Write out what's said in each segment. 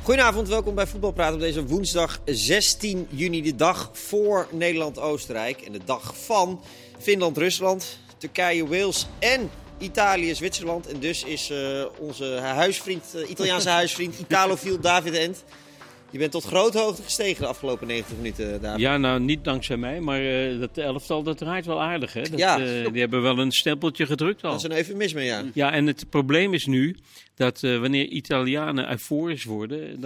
Goedenavond, welkom bij Voetbalpraat op deze woensdag 16 juni, de dag voor Nederland-Oostenrijk en de dag van Finland-Rusland, Turkije-Wales en Italië-Zwitserland. En dus is onze Italiaanse huisvriend Italofiel David Ent. Je bent tot grote hoogte gestegen de afgelopen 90 minuten, David. Ja, nou niet dankzij mij, maar dat elftal dat draait wel aardig. Hè? Ja. Die hebben wel een stempeltje gedrukt al. Dat is een eufemisme, ja. Ja, en het probleem is nu dat wanneer Italianen euforisch worden,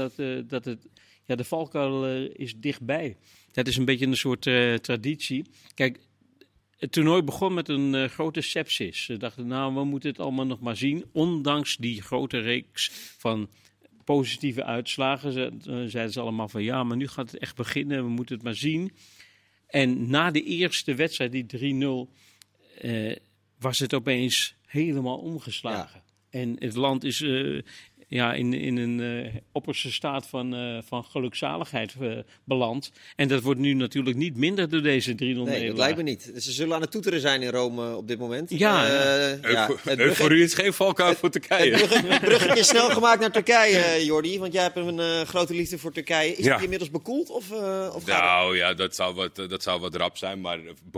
de valkuil is dichtbij. Dat is een beetje een soort traditie. Kijk, het toernooi begon met een grote sepsis. Ze dachten, nou, we moeten het allemaal nog maar zien. Ondanks die grote reeks van positieve uitslagen zeiden ze allemaal van ja, maar nu gaat het echt beginnen. We moeten het maar zien. En na de eerste wedstrijd, die 3-0, was het opeens helemaal omgeslagen. Ja. En het land is in een opperste staat van gelukzaligheid beland. En dat wordt nu natuurlijk niet minder door deze 3-0 nederlaag. Nee, dat lijkt me niet. Ze zullen aan het toeteren zijn in Rome op dit moment. Euforie is geen valkuil voor Turkije. Het bruggetje is snel gemaakt naar Turkije, Jordi. Want jij hebt een grote liefde voor Turkije. Is het inmiddels bekoeld? Nou ja, dat zou wat rap zijn. Maar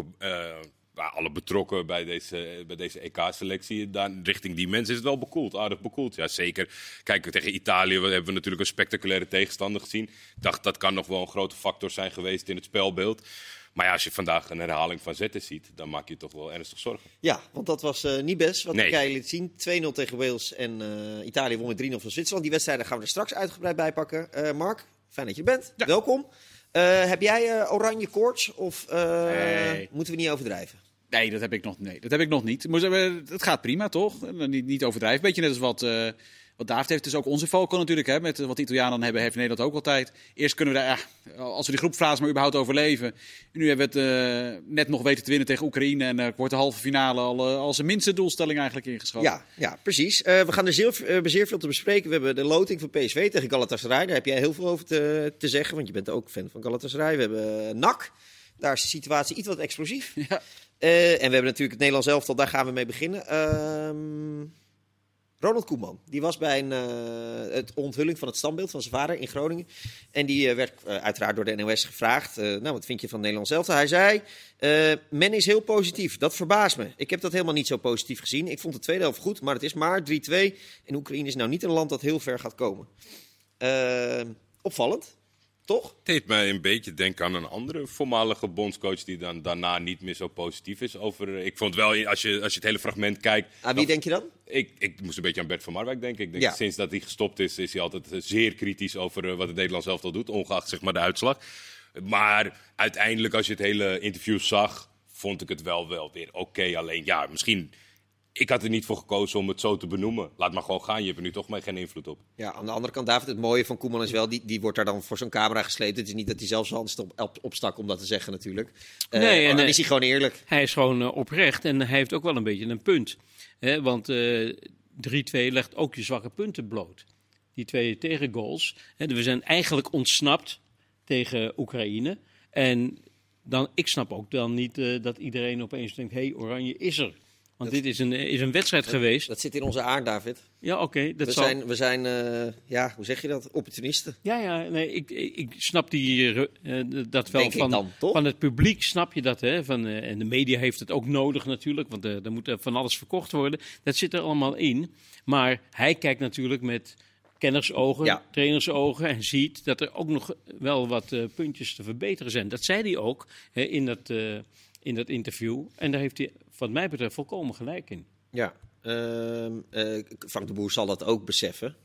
alle betrokken bij deze EK-selectie, richting die mensen is het wel bekoeld, aardig bekoeld. Ja, zeker. Kijk, tegen Italië hebben we natuurlijk een spectaculaire tegenstander gezien. Ik dacht, dat kan nog wel een grote factor zijn geweest in het spelbeeld. Maar ja, als je vandaag een herhaling van zetten ziet, dan maak je je toch wel ernstig zorgen. Ja, want dat was niet best wat Turkije liet zien. 2-0 tegen Wales en Italië won met 3-0 van Zwitserland. Die wedstrijden gaan we er straks uitgebreid bij pakken. Mark, fijn dat je er bent. Ja. Welkom. Heb jij oranje koorts of moeten we niet overdrijven? Nee, dat heb ik nog niet. Het gaat prima, toch? Niet overdrijven. Beetje net als wat David heeft. Dus ook onze valkuil natuurlijk. Hè, met wat de Italianen dan hebben, heeft Nederland ook altijd. Eerst kunnen we daar, als we die groepfase maar überhaupt overleven. Nu hebben we het net nog weten te winnen tegen Oekraïne. En wordt de halve finale al als een minste doelstelling eigenlijk ingeschoten. Ja, precies. We gaan er zeer veel te bespreken. We hebben de loting van PSV tegen Galatasaray. Daar heb jij heel veel over te zeggen, want je bent ook fan van Galatasaray. We hebben NAC. Daar is de situatie iets wat explosief. Ja. En we hebben natuurlijk het Nederlands elftal, daar gaan we mee beginnen. Ronald Koeman, die was bij het onthulling van het standbeeld van zijn vader in Groningen. En die werd uiteraard door de NOS gevraagd, wat vind je van het Nederlands elftal? Hij zei, men is heel positief, dat verbaast me. Ik heb dat helemaal niet zo positief gezien. Ik vond de tweede helft goed, maar het is maar 3-2. En Oekraïne is nou niet een land dat heel ver gaat komen. Opvallend. Toch? Het deed mij een beetje denken aan een andere voormalige bondscoach die dan daarna niet meer zo positief is over. Ik vond wel, als je het hele fragment kijkt. Aan wie denk je dan? Ik moest een beetje aan Bert van Marwijk denken. Ik denk sinds dat hij gestopt is hij altijd zeer kritisch over wat het Nederlands elftal doet, ongeacht zeg maar de uitslag. Maar uiteindelijk, als je het hele interview zag, vond ik het wel weer oké. Alleen ja, misschien. Ik had er niet voor gekozen om het zo te benoemen. Laat maar gewoon gaan, je hebt er nu toch maar geen invloed op. Ja, aan de andere kant, David, het mooie van Koeman is wel, die wordt daar dan voor zo'n camera gesleept. Het is niet dat hij zelf zijn hand opstak om dat te zeggen natuurlijk. Nee, en dan is hij gewoon eerlijk. Hij is gewoon oprecht en hij heeft ook wel een beetje een punt. Want 3-2 legt ook je zwakke punten bloot. Die 2 tegengoals. We zijn eigenlijk ontsnapt tegen Oekraïne. En ik snap ook dan niet dat iedereen opeens denkt, hé, Oranje is er. Want dit is een wedstrijd geweest. Dat zit in onze aard, David. Ja, oké. We zijn hoe zeg je dat? Opportunisten. Ja, nee, ik snap dat wel van het publiek, snap je dat. Hè? En de media heeft het ook nodig natuurlijk, want er moet van alles verkocht worden. Dat zit er allemaal in. Maar hij kijkt natuurlijk met kennersogen, trainersogen en ziet dat er ook nog wel wat puntjes te verbeteren zijn. Dat zei hij ook in dat interview. En daar heeft hij, wat mij betreft, volkomen gelijk in. Ja, Frank de Boer zal dat ook beseffen.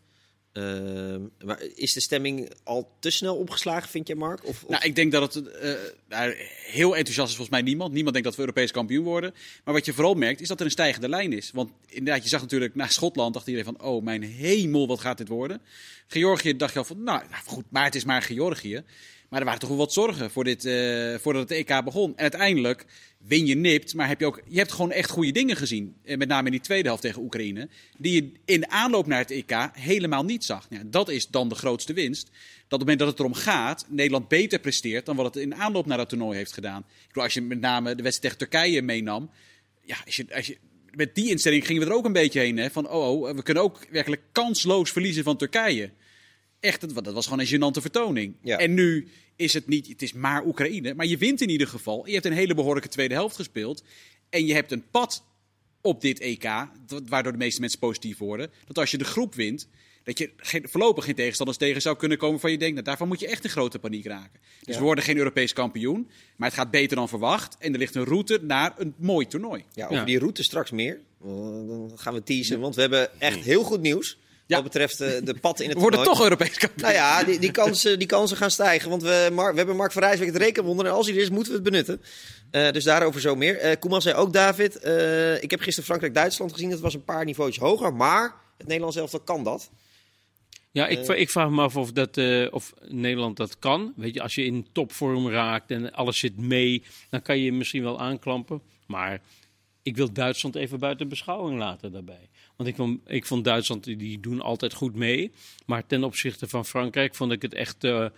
Maar is de stemming al te snel opgeslagen, vind je, Mark? Nou, ik denk dat het heel enthousiast is volgens mij niemand. Niemand denkt dat we Europees kampioen worden. Maar wat je vooral merkt, is dat er een stijgende lijn is. Want inderdaad, je zag natuurlijk na Schotland, dacht iedereen van, oh mijn hemel, wat gaat dit worden? Georgië dacht je al van, nou goed, maar het is maar Georgië. Maar er waren toch wel wat zorgen voordat het EK begon. En uiteindelijk win je nipt, maar je hebt gewoon echt goede dingen gezien. Met name in die tweede helft tegen Oekraïne. Die je in aanloop naar het EK helemaal niet zag. Ja, dat is dan de grootste winst. Dat op het moment dat het erom gaat, Nederland beter presteert dan wat het in aanloop naar dat toernooi heeft gedaan. Ik bedoel, als je met name de wedstrijd tegen Turkije meenam. Ja, als je met die instelling gingen we er ook een beetje heen. Hè, van we kunnen ook werkelijk kansloos verliezen van Turkije. echt, dat was gewoon een gênante vertoning. Ja. En nu is het niet, het is maar Oekraïne. Maar je wint in ieder geval. Je hebt een hele behoorlijke tweede helft gespeeld. En je hebt een pad op dit EK, waardoor de meeste mensen positief worden. Dat als je de groep wint, dat je voorlopig geen tegenstanders tegen zou kunnen komen van je denkt, nou, daarvan moet je echt in grote paniek raken. Dus we worden geen Europees kampioen, maar het gaat beter dan verwacht. En er ligt een route naar een mooi toernooi. Ja, over Ja. die route straks meer. Dan gaan we teasen, want we hebben echt heel goed nieuws. Ja. Wat betreft de pad in het We worden toernooi. toch Europees kampioen. Nou ja, die kansen gaan stijgen. Want we hebben Mark van Rijswijk het rekenwonder. En als hij er is, moeten we het benutten. Dus daarover zo meer. Koeman zei ook, David. Ik heb gisteren Frankrijk-Duitsland gezien. Dat was een paar niveautjes hoger. Maar het Nederlands elftal kan dat. Ja, ik vraag me af of Nederland dat kan. Weet je, als je in topvorm raakt en alles zit mee, dan kan je je misschien wel aanklampen. Maar ik wil Duitsland even buiten beschouwing laten daarbij. Want ik vond Duitsland, die doen altijd goed mee. Maar ten opzichte van Frankrijk vond ik het echt,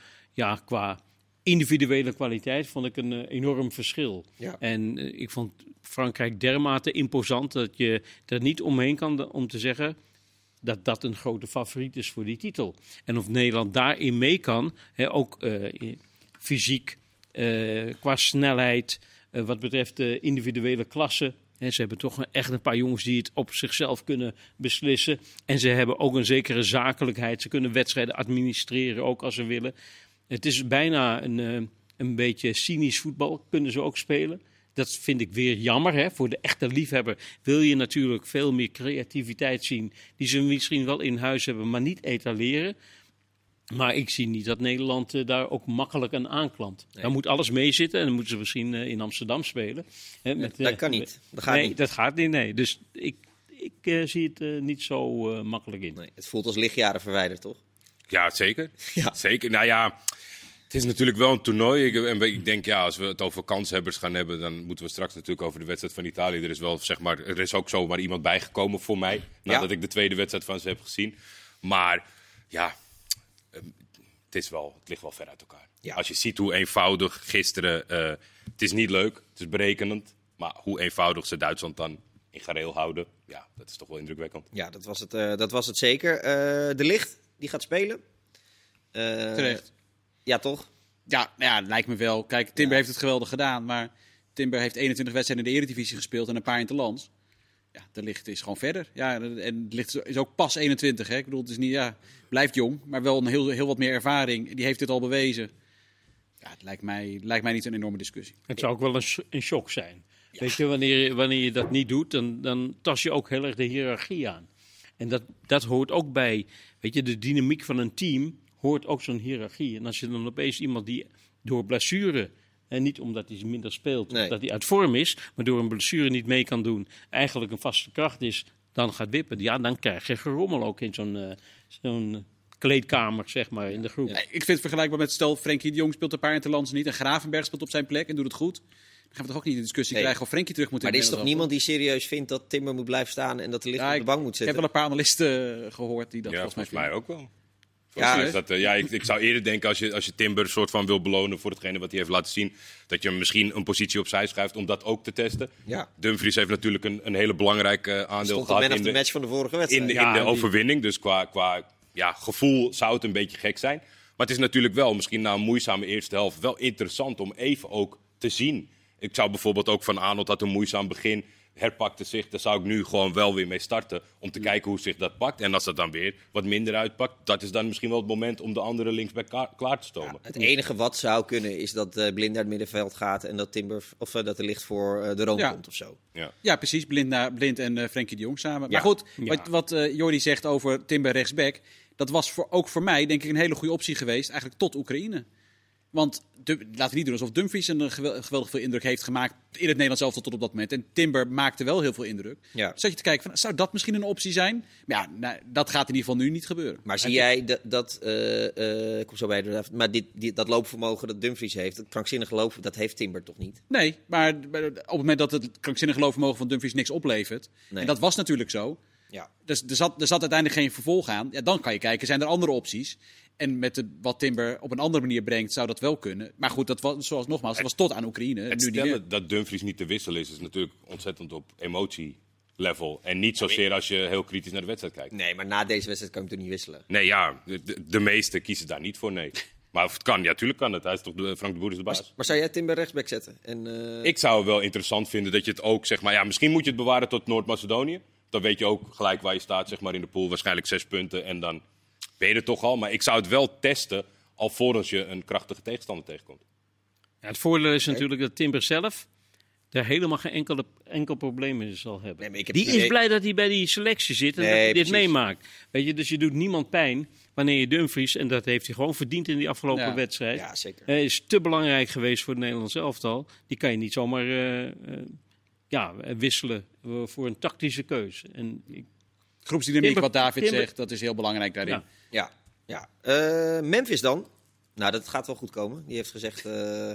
qua individuele kwaliteit, vond ik een enorm verschil. Ja. En ik vond Frankrijk dermate imposant dat je er niet omheen kan om te zeggen dat dat een grote favoriet is voor die titel. En of Nederland daarin mee kan, ook fysiek, qua snelheid, wat betreft de individuele klasse. Ze hebben toch echt een paar jongens die het op zichzelf kunnen beslissen. En ze hebben ook een zekere zakelijkheid. Ze kunnen wedstrijden administreren, ook als ze willen. Het is bijna een beetje cynisch voetbal, kunnen ze ook spelen. Dat vind ik weer jammer. Hè? Voor de echte liefhebber wil je natuurlijk veel meer creativiteit zien. Die ze misschien wel in huis hebben, maar niet etaleren. Maar ik zie niet dat Nederland daar ook makkelijk aan aanklampt. Nee. Daar moet alles mee zitten en dan moeten ze misschien in Amsterdam spelen. Hè, Dat kan niet. Dat gaat niet. Dat gaat niet, nee. Dus ik zie het niet zo makkelijk in. Nee, het voelt als lichtjaren verwijderd, toch? Ja, zeker. Ja. Zeker. Nou ja, het is natuurlijk wel een toernooi. Ik denk, ja, als we het over kanshebbers gaan hebben, dan moeten we straks natuurlijk over de wedstrijd van Italië. Er is wel, zeg maar, er is ook zomaar iemand bijgekomen voor mij, nadat ik de tweede wedstrijd van ze heb gezien. Maar ja, het ligt wel ver uit elkaar. Ja. Als je ziet hoe eenvoudig gisteren, het is niet leuk, het is berekenend, maar hoe eenvoudig ze Duitsland dan in gareel houden, ja, dat is toch wel indrukwekkend. Ja, dat was het zeker. De Ligt, die gaat spelen. Terecht. Ja, toch? Ja, lijkt me wel. Kijk, Timber heeft het geweldig gedaan, maar Timber heeft 21 wedstrijden in de Eredivisie gespeeld en een paar in het land. Ja, de Ligt is gewoon verder. Ja, en de Ligt is ook pas 21. Hè? Ik bedoel, het is niet, blijft jong, maar wel een heel wat meer ervaring. Die heeft dit al bewezen. Ja, het lijkt mij niet een enorme discussie. Het zou ook wel een shock zijn. Ja. Weet je, wanneer je dat niet doet, dan tast je ook heel erg de hiërarchie aan. En dat hoort ook bij, weet je, de dynamiek van een team hoort ook zo'n hiërarchie. En als je dan opeens iemand die door blessure, en niet omdat hij minder speelt, Nee. dat hij uit vorm is, maar door een blessure niet mee kan doen, eigenlijk een vaste kracht is, dan gaat wippen. Ja, dan krijg je gerommel ook in zo'n kleedkamer, zeg maar, in de groep. Ja, ik vind het vergelijkbaar met, stel, Frenkie de Jong speelt een paar interlands niet en Gravenberg speelt op zijn plek en doet het goed. Dan gaan we toch ook niet in de discussie krijgen of Frenkie terug moet in Maar er is het toch niemand die serieus vindt dat Timber moet blijven staan en dat de Ligt op de bank moet Ik zitten? heb wel een paar analisten gehoord die dat Ja, volgens mij volgens mij vinden. ook wel. Ja, Ik zou eerder denken als je Timber soort van wil belonen voor hetgene wat hij heeft laten zien, dat je hem misschien een positie opzij schuift om dat ook te testen. Ja. Dumfries heeft natuurlijk een hele belangrijk aandeel Stond de gehad man of in the de, match van de vorige wedstrijd. in de overwinning. Dus qua gevoel zou het een beetje gek zijn. Maar het is natuurlijk wel, misschien na een moeizame eerste helft, wel interessant om even ook te zien. Ik zou bijvoorbeeld ook van Arnold had een moeizaam begin, herpakte zich. Daar zou ik nu gewoon wel weer mee starten om te kijken hoe zich dat pakt. En als dat dan weer wat minder uitpakt, dat is dan misschien wel het moment om de andere linksback klaar te stomen. Het enige wat zou kunnen is dat Blind naar het middenveld gaat en dat dat de Ligt voor de Room komt of zo. Ja, precies. Blind en Frenkie de Jong samen. Ja. Maar goed, Ja. wat Jordi zegt over Timber rechtsback, dat was ook voor mij denk ik een hele goede optie geweest, eigenlijk tot Oekraïne. Want laten we niet doen alsof Dumfries een geweldig veel indruk heeft gemaakt in het Nederlands elftal tot op dat moment. En Timber maakte wel heel veel indruk. Ja. Dus zat je te kijken, van, zou dat misschien een optie zijn? Maar ja, dat gaat in ieder geval nu niet gebeuren. Maar zie jij ik kom zo bij de, maar dat loopvermogen dat Dumfries heeft, het krankzinnige loop, dat heeft Timber toch niet? Nee, maar op het moment dat het krankzinnige geloofvermogen van Dumfries niks oplevert, Nee. en dat was natuurlijk zo, Ja. dus er zat uiteindelijk geen vervolg aan. Ja, dan kan je kijken, zijn er andere opties? En met wat Timber op een andere manier brengt, zou dat wel kunnen. Maar goed, dat was, zoals nogmaals, dat was tot aan Oekraïne. Het nu niet meer. stellen dat Dumfries niet te wisselen is natuurlijk ontzettend op emotie level. En niet zozeer als je heel kritisch naar de wedstrijd kijkt. Nee, maar na deze wedstrijd kan je hem toch niet wisselen? Nee, ja, de meesten kiezen daar niet voor, nee. Maar of het kan, ja, tuurlijk kan het. Hij is toch Frank de Boer is de baas. Maar zou jij Timber rechtsback zetten? Ik zou het wel interessant vinden dat je het ook, zeg maar... Ja, misschien moet je het bewaren tot Noord-Macedonië. Dan weet je ook gelijk waar je staat, zeg maar, in de pool. Waarschijnlijk 6 punten en dan ben je er toch al. Maar ik zou het wel testen alvorens je een krachtige tegenstander tegenkomt. Ja, het voordeel is natuurlijk dat Timber zelf daar helemaal geen enkel probleem mee zal hebben. Nee, maar ik heb Die het idee- is blij dat hij bij die selectie zit en Nee, dat hij dit precies. meemaakt. Weet je, dus je doet niemand pijn wanneer je Dumfries, en dat heeft hij gewoon verdiend in die afgelopen Ja. wedstrijd. Ja, zeker. Hij is te belangrijk geweest voor het Nederlands elftal. Die kan je niet zomaar wisselen voor een tactische keus. En Groepsdynamiek, Timber- wat David Timber- zegt, dat is heel belangrijk daarin. Ja. Ja. Memphis dan? Nou, dat gaat wel goed komen. Die heeft gezegd...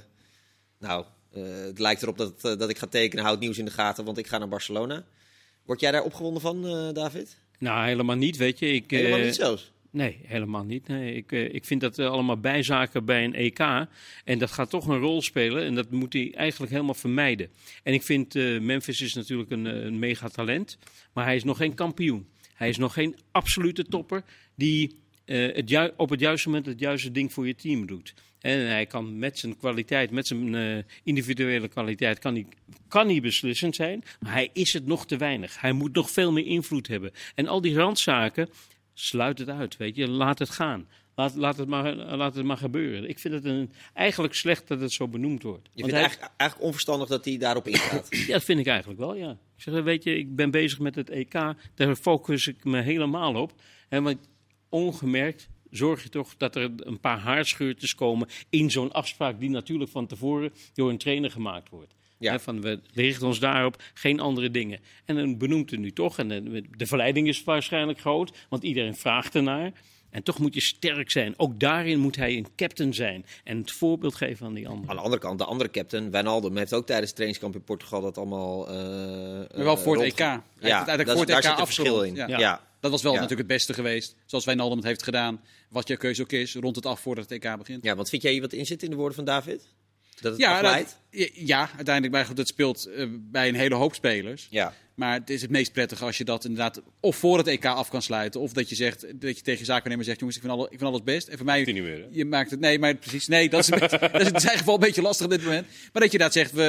het lijkt erop dat ik ga tekenen. Houd nieuws in de gaten, want ik ga naar Barcelona. Word jij daar opgewonden van, David? Nou, helemaal niet, weet je. Helemaal niet zelfs. Nee, helemaal niet. Nee, ik vind dat allemaal bijzaken bij een EK. En dat gaat toch een rol spelen. En dat moet hij eigenlijk helemaal vermijden. En ik vind Memphis is natuurlijk een megatalent. Maar hij is nog geen kampioen. Hij is nog geen absolute topper die op het juiste moment het juiste ding voor je team doet. En hij kan met zijn kwaliteit, met zijn individuele kwaliteit, kan hij beslissend zijn. Maar hij is het nog te weinig. Hij moet nog veel meer invloed hebben. En al die randzaken, sluit het uit, weet je. Laat het gaan. Laat het maar gebeuren. Ik vind het eigenlijk slecht dat het zo benoemd wordt. Je Want vindt hij- eigenlijk onverstandig dat hij daarop ingaat. Ja, dat vind ik eigenlijk wel, ja. Ik zeg, weet je, ik ben bezig met het EK. Daar focus ik me helemaal op. En want ongemerkt zorg je toch dat er een paar haarscheurtjes komen in zo'n afspraak die natuurlijk van tevoren door een trainer gemaakt wordt. Ja. Hè, van we richten ons daarop, geen andere dingen. En dan benoemt het nu toch. En de verleiding is waarschijnlijk groot, want iedereen vraagt ernaar. En toch moet je sterk zijn. Ook daarin moet hij een captain zijn. En het voorbeeld geven aan die Aan anderen. de andere kant, de andere captain, Wijnaldum, heeft ook tijdens het trainingskamp in Portugal dat allemaal... Maar wel voor het EK. Hij heeft het Ja, uiteindelijk voor het daar EK zit een verschil in. afgerond. Ja. Ja. Dat was wel Ja. natuurlijk het beste geweest. Zoals Wijnaldum het heeft gedaan. Wat je keuze ook is, rond het af voordat het EK begint. Ja, want vind jij hier wat in zit in de woorden van David? Dat het Ja, afleidt? ja, uiteindelijk. Maar goed, dat speelt bij een hele hoop spelers. Ja. Maar het is het meest prettig als je dat inderdaad of voor het EK af kan sluiten. Of dat je zegt, dat je tegen je zaakwaarnemer zegt, jongens, ik vind alles best. En voor mij, Dat niet meer, hè? je maakt het, nee, maar precies, nee, dat is in zijn geval een beetje lastig op dit moment. Maar dat je inderdaad zegt,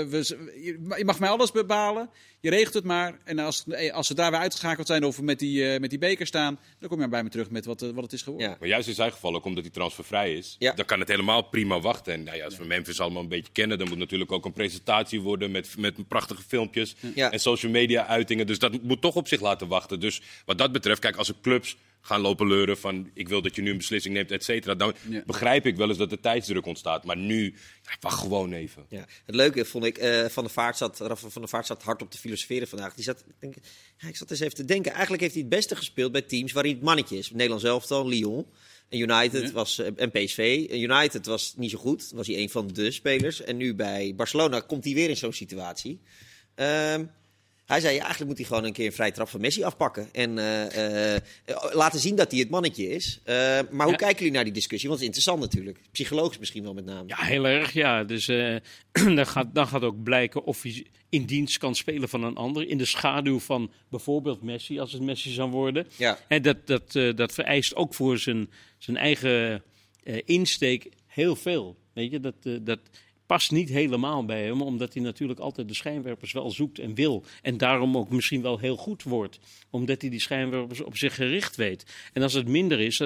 je mag mij alles bepalen. Je regelt het maar. En als ze daar weer uitgeschakeld zijn of we met die beker staan, dan kom je bij me terug met wat het is geworden. Ja. Maar juist in zijn geval, ook omdat hij transfervrij is, Ja. dan kan het helemaal prima wachten. En nou ja, als we Memphis allemaal een beetje kennen, dan moet natuurlijk ook een presentatie worden met prachtige filmpjes Ja. en social media uitingen. Dus dat moet toch op zich laten wachten. Dus wat dat betreft, kijk, als er clubs gaan lopen leuren van ik wil dat je nu een beslissing neemt, et cetera, dan Ja. begrijp ik wel eens dat er tijdsdruk ontstaat. Maar nu, wacht gewoon even. Ja. Het leuke vond ik, Rafa van der Vaart zat hard op te filosoferen vandaag. Ik zat eens even te denken, eigenlijk heeft hij het beste gespeeld bij teams waarin het mannetje is. Nederlands elftal, Lyon. En United en PSV. En United was niet zo goed, was hij een van de spelers. En nu bij Barcelona komt hij weer in zo'n situatie. Hij zei, eigenlijk moet hij gewoon een keer een vrije trap van Messi afpakken. En laten zien dat hij het mannetje is. Maar hoe kijken jullie naar die discussie? Want het is interessant natuurlijk. Psychologisch misschien wel met name. Ja, heel erg, ja. Dus dan gaat ook blijken of hij in dienst kan spelen van een ander. In de schaduw van bijvoorbeeld Messi, als het Messi zou worden. Ja. En dat vereist ook voor zijn eigen insteek heel veel. Weet je, dat past niet helemaal bij hem, omdat hij natuurlijk altijd de schijnwerpers wel zoekt en wil. En daarom ook misschien wel heel goed wordt, omdat hij die schijnwerpers op zich gericht weet. En als het minder is,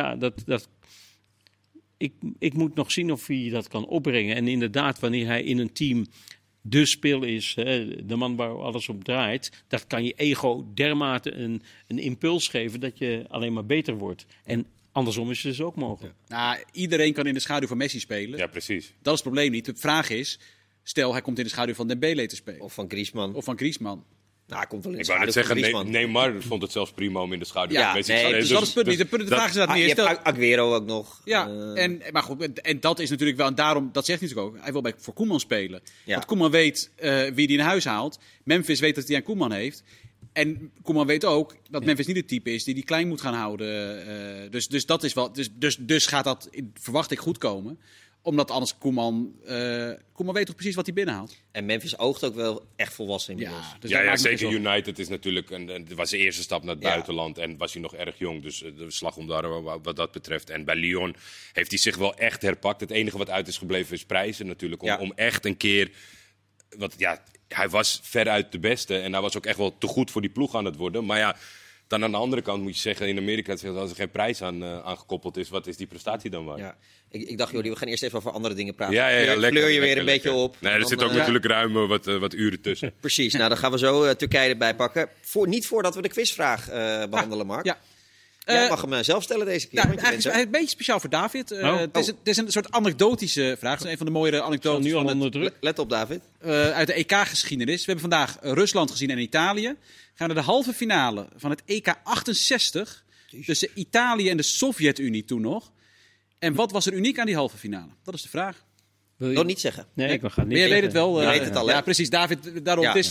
ik moet nog zien of hij dat kan opbrengen. En inderdaad, wanneer hij in een team de spil is, de man waar alles op draait, dat kan je ego dermate een impuls geven dat je alleen maar beter wordt. En andersom is het dus ook mogelijk. Nou, iedereen kan in de schaduw van Messi spelen. Ja, precies. Dat is het probleem niet. De vraag is, stel hij komt in de schaduw van Dembele te spelen. Of van Griezmann. Of van Griezmann. Nou, hij komt wel in de Ik wou net schaduw van zeggen, Griezmann. Neymar vond het zelfs prima om in de schaduw Ja, van Messi te nee, staan. dus dat is het punt niet. De vraag is dat Je niet. hebt Aguero ook nog. Ja, maar goed, en dat is natuurlijk wel, en daarom, dat zegt hij natuurlijk ook, hij wil voor Koeman spelen. Ja. Want Koeman weet wie die in huis haalt. Memphis weet dat hij aan Koeman heeft. En Koeman weet ook dat Memphis niet het type is die klein moet gaan houden. Dus dat is wel, dus gaat dat, verwacht ik, goed komen. Omdat anders Koeman weet toch precies wat hij binnenhaalt. En Memphis oogt ook wel echt volwassen inmiddels. Dus Ja, dat maakt me zeker. zorgen. United is natuurlijk het was de eerste stap naar het Ja. buitenland. En was hij nog erg jong. Dus de slag om de arm wat dat betreft. En bij Lyon heeft hij zich wel echt herpakt. Het enige wat uit is gebleven is prijzen natuurlijk. Ja. Om echt een keer... hij was veruit de beste. En hij was ook echt wel te goed voor die ploeg aan het worden. Maar ja, dan aan de andere kant moet je zeggen... In Amerika, als er geen prijs aan gekoppeld is... Wat is die prestatie dan waard? Ja. Ik dacht, Jordi, we gaan eerst even over andere dingen praten. Ja, Fleur je weer lekker, een beetje op. Nee, er Dan, zit ook natuurlijk ruim wat uren tussen. Precies, nou dan gaan we zo Turkije erbij pakken. Niet voordat we de quizvraag behandelen, Mark. Ja. Jij mag hem zelf stellen deze keer. Nou, want je bent eigenlijk een beetje speciaal voor David. Oh. Het is een soort anekdotische vraag. Het is een van de mooiere Ik sta anekdotes nu al van het, onder druk. Let op, David. uit de EK-geschiedenis. We hebben vandaag Rusland gezien en Italië. Gaan we naar de halve finale van het EK 68. Tussen Italië en de Sovjet-Unie toen nog. En wat was er uniek aan die halve finale? Dat is de vraag. Wil je- Nog niet zeggen. Nee, ik ga Maar niet jij weet zeggen. het wel. Je weet het al, hè? Ja, precies. David, daarom. Ja.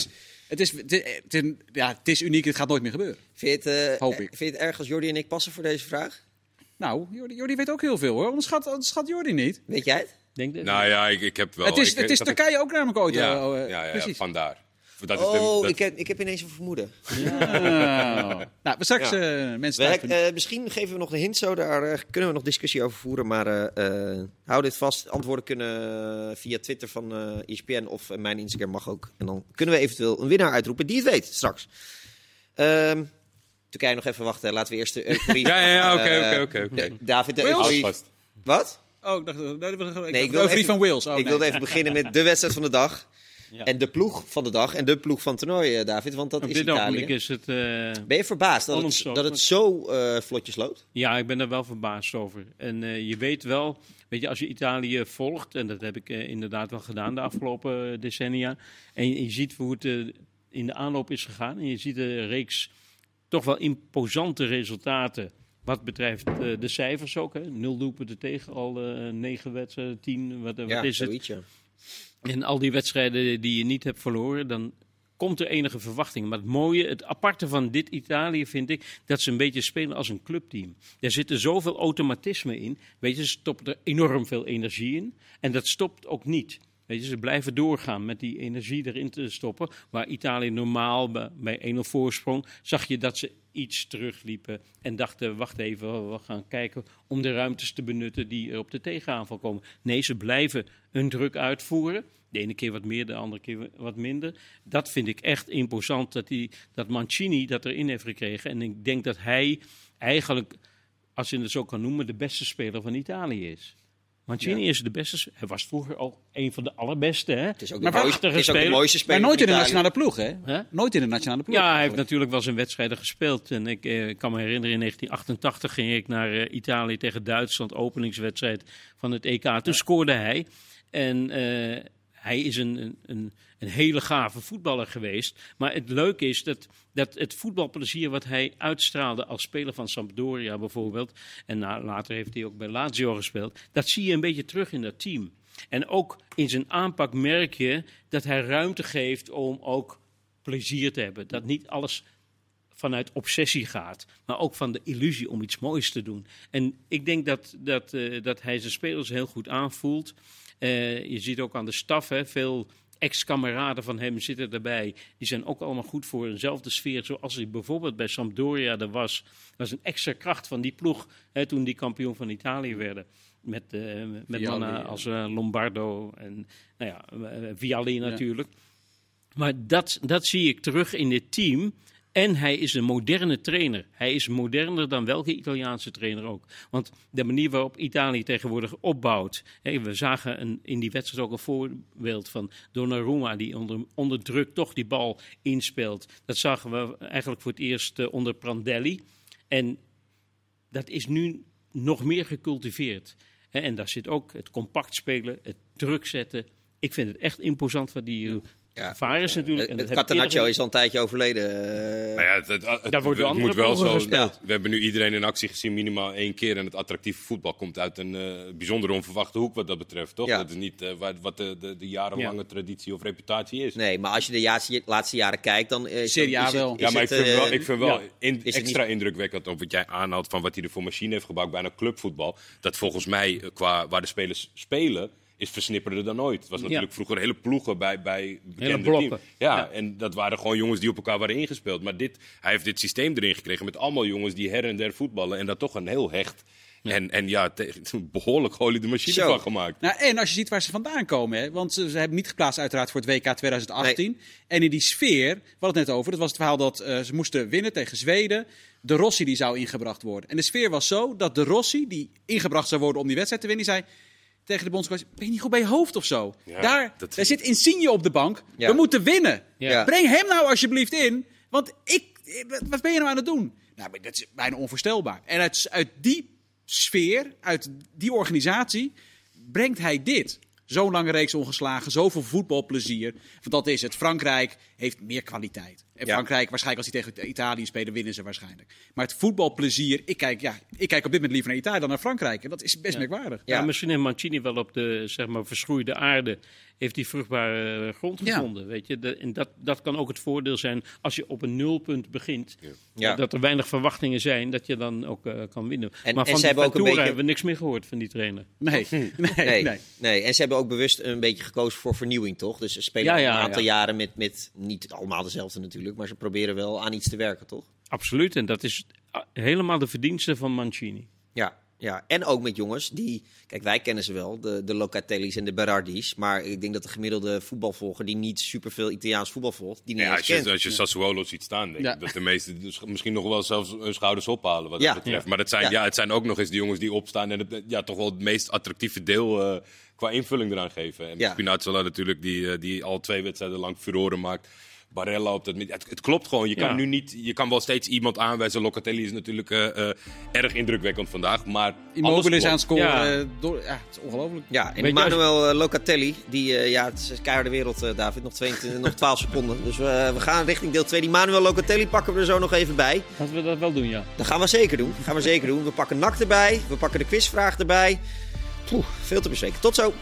Het is uniek. Het gaat nooit meer gebeuren. Vind je Hoop ik. vind je het erg als Jordi en ik passen voor deze vraag? Nou, Jordi weet ook heel veel hoor. Onderschat Jordi niet. Weet jij het? Denk dat- Nou ja, ik heb wel... Het is Turkije ook namelijk ooit. Ja, precies. vandaar. Dat is Oh, dat- ik heb ineens een vermoeden. Nou, we straks mensen thuis. Misschien geven we nog een hint zo, daar kunnen we nog discussie over voeren. Maar hou dit vast. Antwoorden kunnen via Twitter van ESPN of mijn Instagram mag ook. En dan kunnen we eventueel een winnaar uitroepen die het weet straks. Turkije nog even wachten. Laten we eerst de euforie... Ja, oké. David, de Wales? euforie... Vast. Wat? Oh, ik dacht... Nee, ik wil Over die even- van Wales. Oh, Ik nee. wilde even beginnen met de wedstrijd van de dag. Ja. En de ploeg van de dag. En de ploeg van het toernooi, David. Want dat Op is dit Italië. ogenblik is het... Ben je verbaasd dat het zo vlotjes loopt? Ja, ik ben er wel verbaasd over. En je weet wel, als je Italië volgt, en dat heb ik inderdaad wel gedaan de afgelopen decennia, en je ziet hoe het in de aanloop is gegaan, en je ziet een reeks toch wel imposante resultaten wat betreft de cijfers ook. Hè. 0 doelpunten tegen, al 9 wedstrijden, 10, wat is het? zoiets, ja. En al die wedstrijden die je niet hebt verloren, dan komt er enige verwachting. Maar het mooie, het aparte van dit Italië vind ik, dat ze een beetje spelen als een clubteam. Er zitten zoveel automatisme in. Weet je, ze stoppen er enorm veel energie in. En dat stopt ook niet. Weet je, ze blijven doorgaan met die energie erin te stoppen. Waar Italië normaal bij 1-0 voorsprong, zag je dat ze iets terugliepen. En dachten, wacht even, we gaan kijken om de ruimtes te benutten die er op de tegenaanval komen. Nee, ze blijven hun druk uitvoeren. De ene keer wat meer, de andere keer wat minder. Dat vind ik echt imposant, dat Mancini dat erin heeft gekregen. En ik denk dat hij eigenlijk, als je het zo kan noemen, de beste speler van Italië is. Mancini is de beste. Hij was vroeger al een van de allerbeste. Hè? Het is ook Maar de mooiste, prachtige het is ook de speler. mooiste speler Maar nooit in de van Italië. nationale ploeg, hè? Hè? Nooit in de nationale ploeg. Ja, hij heeft eigenlijk. natuurlijk wel zijn wedstrijden gespeeld. En ik kan me herinneren, in 1988 ging ik naar Italië tegen Duitsland, openingswedstrijd van het EK. Toen scoorde hij. En hij is een hele gave voetballer geweest. Maar het leuke is dat het voetbalplezier wat hij uitstraalde als speler van Sampdoria bijvoorbeeld, en later heeft hij ook bij Lazio gespeeld, dat zie je een beetje terug in dat team. En ook in zijn aanpak merk je dat hij ruimte geeft om ook plezier te hebben. Dat niet alles vanuit obsessie gaat, maar ook van de illusie om iets moois te doen. En ik denk dat hij zijn spelers heel goed aanvoelt. Je ziet ook aan de staf, veel ex-kameraden van hem zitten erbij. Die zijn ook allemaal goed voor eenzelfde sfeer, zoals hij bijvoorbeeld bij Sampdoria er was. Dat was een extra kracht van die ploeg, toen die kampioen van Italië werden. Met mannen als Lombardo en Vialli natuurlijk. Maar dat zie ik terug in dit team. En hij is een moderne trainer. Hij is moderner dan welke Italiaanse trainer ook. Want de manier waarop Italië tegenwoordig opbouwt. We zagen in die wedstrijd ook een voorbeeld van Donnarumma, die onder druk toch die bal inspeelt. Dat zagen we eigenlijk voor het eerst onder Prandelli. En dat is nu nog meer gecultiveerd. En daar zit ook het compact spelen, het druk zetten, Ik vind het echt imposant wat die gevaar is natuurlijk. En Het dat heb ik Catenaccio eerder- is al een tijdje overleden. Maar ja, Daar wordt door het andere moet wel ploegen zo. gespeeld. We hebben nu iedereen in actie gezien, minimaal 1 keer. En het attractieve voetbal komt uit een bijzonder onverwachte hoek wat dat betreft, toch? Ja. Dat is niet wat de jarenlange traditie of reputatie is. Nee, maar als je de laatste jaren kijkt, dan Serie A wel. Ja, maar ik vind wel is het extra indrukwekkend op wat jij aanhaalt van wat hij er voor machine heeft gebouwd bij een clubvoetbal. Dat volgens mij, qua waar de spelers spelen, is versnipperder dan ooit. Het was natuurlijk vroeger hele ploegen bij bekende blokken. teams. Ja, en dat waren gewoon jongens die op elkaar waren ingespeeld. Maar hij heeft dit systeem erin gekregen met allemaal jongens die her en der voetballen. En daar toch een heel hecht en behoorlijk geoliede machine van gemaakt. Nou, en als je ziet waar ze vandaan komen, hè, want ze hebben niet geplaatst uiteraard voor het WK 2018. Nee. En in die sfeer, we hadden het net over, dat was het verhaal dat ze moesten winnen tegen Zweden. De Rossi die zou ingebracht worden. En de sfeer was zo dat de Rossi, die ingebracht zou worden om die wedstrijd te winnen, die zei tegen de bondscoach, ben je niet goed bij je hoofd of zo? Ja, daar zit Insigne op de bank. Ja. We moeten winnen. Ja. Breng hem nou alsjeblieft in, want wat ben je nou aan het doen? Nou, dat is bijna onvoorstelbaar. En uit die sfeer, uit die organisatie, brengt hij dit. Zo'n lange reeks ongeslagen, zoveel voetbalplezier. Want dat is het. Frankrijk heeft meer kwaliteit. En Frankrijk, waarschijnlijk als die tegen Italië spelen, winnen ze waarschijnlijk. Maar het voetbalplezier, ik kijk op dit moment liever naar Italië dan naar Frankrijk. En dat is best merkwaardig. Ja, misschien heeft Mancini wel op de verschroeide aarde heeft die vruchtbare grond gevonden. Weet je? En dat kan ook het voordeel zijn als je op een nulpunt begint. Ja. Dat er weinig verwachtingen zijn, dat je dan ook kan winnen. Maar en van ze hebben ook een beetje... hebben we niks meer gehoord van die trainer. Nee. En ze hebben ook bewust een beetje gekozen voor vernieuwing, toch? Dus ze spelen al een aantal jaren met niet allemaal dezelfde natuurlijk, maar ze proberen wel aan iets te werken, toch? Absoluut, en dat is helemaal de verdienste van Mancini. Ja, en ook met jongens die... Kijk, wij kennen ze wel, de Locatelli's en de Berardis. Maar ik denk dat de gemiddelde voetbalvolger die niet superveel Italiaans voetbal volgt, die niet eens kent. Als je Sassuolo ziet staan, denk ik dat de meesten dus misschien nog wel zelfs hun schouders ophalen wat dat betreft. Maar het zijn ook nog eens de jongens die opstaan en het toch wel het meest attractieve deel qua invulling eraan geven. En Spinazzola natuurlijk, die al 2 wedstrijden lang furoren maakt. Barella op dat het klopt gewoon. Je kan wel steeds iemand aanwijzen. Locatelli is natuurlijk erg indrukwekkend vandaag. Maar Immobile is aan het scoren. Het is ongelooflijk. Ja, en Manuel Locatelli, het is een keiharde wereld, David. Nog 12 seconden. Dus we gaan richting deel 2. Die Manuel Locatelli pakken we er zo nog even bij. Laten we dat wel doen, ja. Dat gaan we zeker doen. We pakken NAC erbij. We pakken de quizvraag erbij. Veel te bespreken. Tot zo.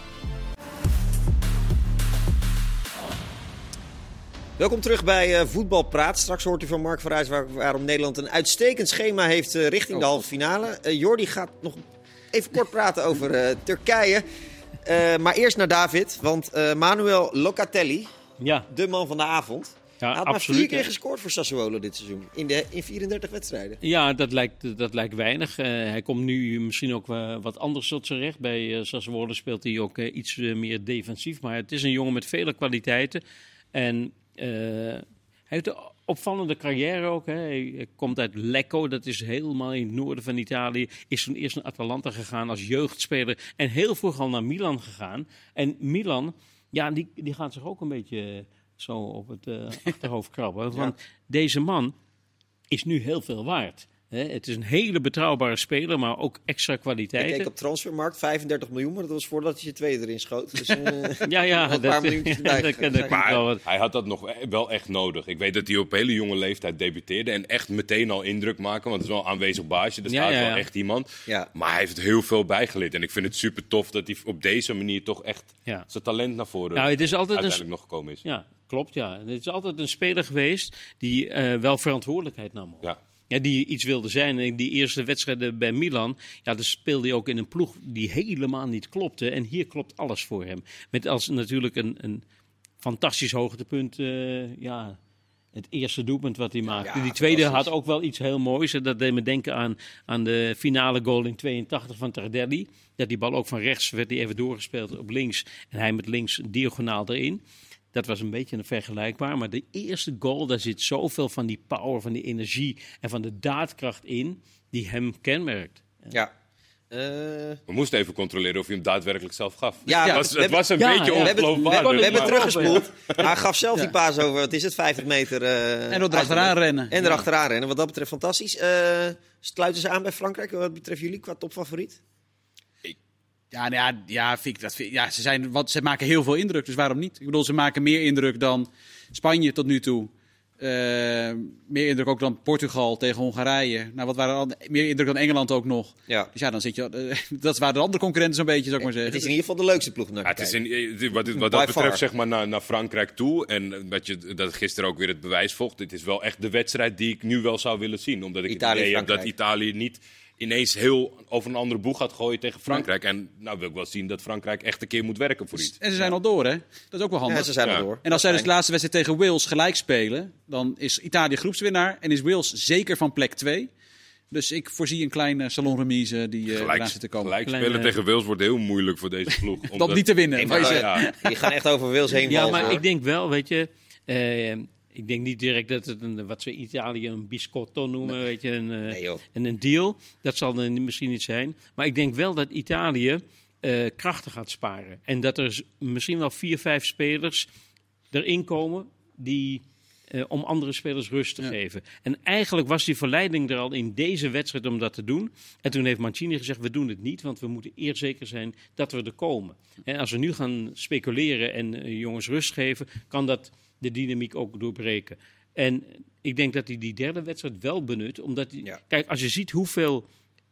Welkom terug bij Voetbalpraat. Straks hoort u van Mark van Rijs waarom Nederland een uitstekend schema heeft richting de halve finale. Jordi gaat nog even kort praten over Turkije. Maar eerst naar David, want Manuel Locatelli, de man van de avond, hij had maar 4 keer gescoord voor Sassuolo dit seizoen. In 34 wedstrijden. Ja, dat lijkt weinig. Hij komt nu misschien ook wat anders tot zijn recht. Bij Sassuolo speelt hij ook iets meer defensief. Maar het is een jongen met vele kwaliteiten. En hij heeft een opvallende carrière ook. Hè. Hij komt uit Lecco, dat is helemaal in het noorden van Italië. Is toen eerst naar Atalanta gegaan als jeugdspeler. En heel vroeg al naar Milan gegaan. En Milan, die gaat zich ook een beetje zo op het achterhoofd krabben. Want deze man is nu heel veel waard. Het is een hele betrouwbare speler, maar ook extra kwaliteiten. Ik keek op Transfermarkt, 35 miljoen, maar dat was voordat hij je 2 erin schoot. Dus een paar miljoentjes erbij. Maar hij had dat nog wel echt nodig. Ik weet dat hij op hele jonge leeftijd debuteerde en echt meteen al indruk maken, want het is wel een aanwezig baasje. Er staat wel echt iemand. Ja. Maar hij heeft heel veel bijgeleerd en ik vind het super tof dat hij op deze manier toch echt zijn talent naar voren het is altijd uiteindelijk nog gekomen is. Ja, klopt. Ja. Het is altijd een speler geweest die wel verantwoordelijkheid nam. Ja, die iets wilde zijn. En die eerste wedstrijden bij Milan, daar speelde hij ook in een ploeg die helemaal niet klopte. En hier klopt alles voor hem. Met als natuurlijk een fantastisch hoogtepunt, het eerste doelpunt wat hij maakte. Die tweede had ook wel iets heel moois. Dat deed me denken aan de finale goal in 82 van Tardelli. Dat die bal ook van rechts werd die even doorgespeeld op links. En hij met links diagonaal erin. Dat was een beetje een vergelijkbaar. Maar de eerste goal, daar zit zoveel van die power, van die energie en van de daadkracht in die hem kenmerkt. Ja. We moesten even controleren of hij hem daadwerkelijk zelf gaf. Ja, het was een beetje ongeloofwaardig. We hebben teruggespoeld. Hij gaf zelf die paas over, wat is het, 50 meter. En erachteraan rennen. En erachteraan rennen. Wat dat betreft fantastisch. Sluiten ze aan bij Frankrijk, wat betreft jullie, qua topfavoriet? Ze maken heel veel indruk, dus waarom niet? Ik bedoel, ze maken meer indruk dan Spanje tot nu toe. Meer indruk ook dan Portugal tegen Hongarije. Nou, meer indruk dan Engeland ook nog. Ja. Dus dan zit je... Dat waren de andere concurrenten zo'n beetje, zou ik maar zeggen. Het is in ieder geval de leukste ploeg naar te kijken. Wat dat betreft zeg maar naar Frankrijk toe. En dat gisteren ook weer het bewijs volgt. Dit is wel echt de wedstrijd die ik nu wel zou willen zien. Omdat ik het idee heb dat Italië niet ineens heel over een andere boeg gaat gooien tegen Frankrijk. En nou wil ik wel zien dat Frankrijk echt een keer moet werken voor iets. En ze zijn al door, hè? Dat is ook wel handig. Ja, ze zijn al door. En als zij dus de laatste wedstrijd tegen Wales gelijk spelen, dan is Italië groepswinnaar en is Wales zeker van plek 2. Dus ik voorzie een kleine salonremise die eraan zit te komen. Gelijk spelen tegen Wales wordt heel moeilijk voor deze ploeg. Dat niet te winnen. Die gaan echt over Wales heen vallen. Ja, maar ik denk wel, weet je... ik denk niet direct dat het wat we Italië een biscotto noemen, weet je, een deal. Dat zal er misschien niet zijn. Maar ik denk wel dat Italië krachten gaat sparen. En dat er misschien wel 4-5 spelers erin komen die... om andere spelers rust te geven. En eigenlijk was die verleiding er al in deze wedstrijd om dat te doen. En toen heeft Mancini gezegd, we doen het niet, want we moeten eerst zeker zijn dat we er komen. En als we nu gaan speculeren en jongens rust geven, kan dat de dynamiek ook doorbreken. En ik denk dat hij die derde wedstrijd wel benut, omdat kijk, als je ziet hoeveel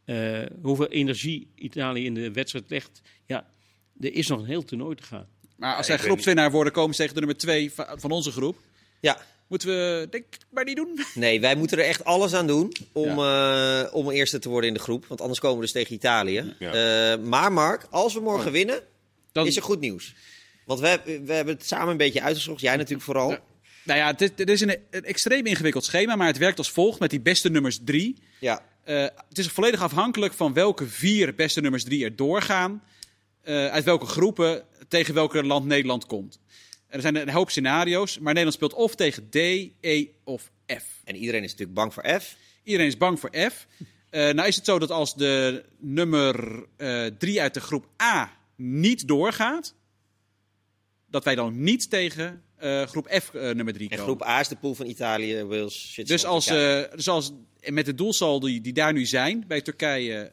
energie Italië in de wedstrijd legt, er is nog een heel toernooi te gaan. Maar als zij groepswinnaar worden, komen ze tegen de nummer 2 van onze groep. Ja. Moeten we, denk ik, maar niet doen? Nee, wij moeten er echt alles aan doen om eerste te worden in de groep. Want anders komen we dus tegen Italië. Ja. Maar Mark, als we morgen winnen, dan is er goed nieuws. Want we hebben het samen een beetje uitgezocht. Jij natuurlijk vooral. Ja. Nou ja, het is een extreem ingewikkeld schema, maar het werkt als volgt met die beste nummers 3. Ja. Het is volledig afhankelijk van welke 4 beste nummers 3 er doorgaan. Uit welke groepen tegen welke land Nederland komt. Er zijn een hoop scenario's, maar Nederland speelt of tegen D, E of F. En iedereen is natuurlijk bang voor F. Iedereen is bang voor F. Nou is het zo dat als de nummer 3 uit de groep A niet doorgaat, dat wij dan niet tegen groep F nummer 3 komen. En groep A is de pool van Italië, Wales, Zwitserland. Dus als met de doelsaldo die daar nu zijn bij Turkije,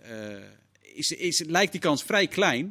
lijkt die kans vrij klein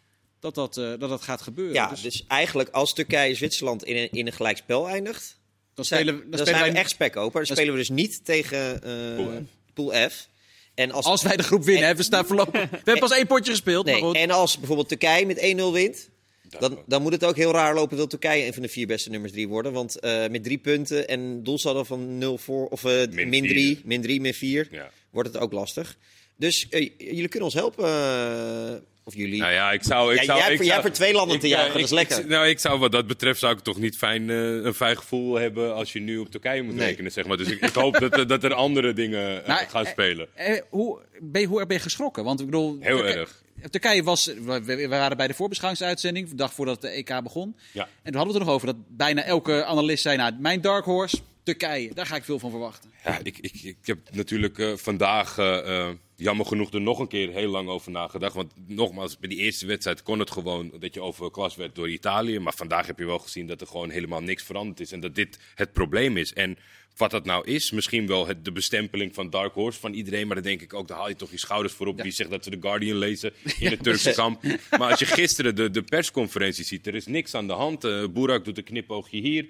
dat gaat gebeuren. Ja, dus eigenlijk als Turkije-Zwitserland in een gelijkspel eindigt, dan zijn we echt spekkoper. Dan spelen we dus niet tegen pool F. En als wij de groep winnen, we staan voorlopig. We hebben pas 1 potje gespeeld. Nee, maar goed. En als bijvoorbeeld Turkije met 1-0 wint, dan moet het ook heel raar lopen. Wil Turkije een van de 4 beste nummers 3 worden? Want met 3 punten en doelsaldo van 0 voor, of min 3, min 4, wordt het ook lastig. Dus jullie kunnen ons helpen. Of jullie. Nou ja, jij hebt voor 2 landen te jagen, dat is lekker. Ik zou wat dat betreft zou ik toch niet een fijn gevoel hebben als je nu op Turkije moet rekenen, zeg maar. Dus ik hoop dat er andere dingen gaan spelen. Hoe ben je geschrokken? Want ik bedoel, heel erg. Turkije we waren bij de voorbeschouwingsuitzending, de dag voordat de EK begon. Ja. En toen hadden we het er nog over dat bijna elke analist zei, mijn dark horse, Turkije, daar ga ik veel van verwachten. Ja, ik heb natuurlijk vandaag jammer genoeg er nog een keer heel lang over nagedacht. Want nogmaals, bij die eerste wedstrijd kon het gewoon dat je overklast werd door Italië. Maar vandaag heb je wel gezien dat er gewoon helemaal niks veranderd is. En dat dit het probleem is. En wat dat nou is, misschien wel de bestempeling van Dark Horse van iedereen. Maar dan denk ik ook, daar haal je toch je schouders voor op. Wie zegt dat ze de Guardian lezen in het Turkse kamp. Maar als je gisteren de persconferentie ziet, er is niks aan de hand. Burak doet een knipoogje hier.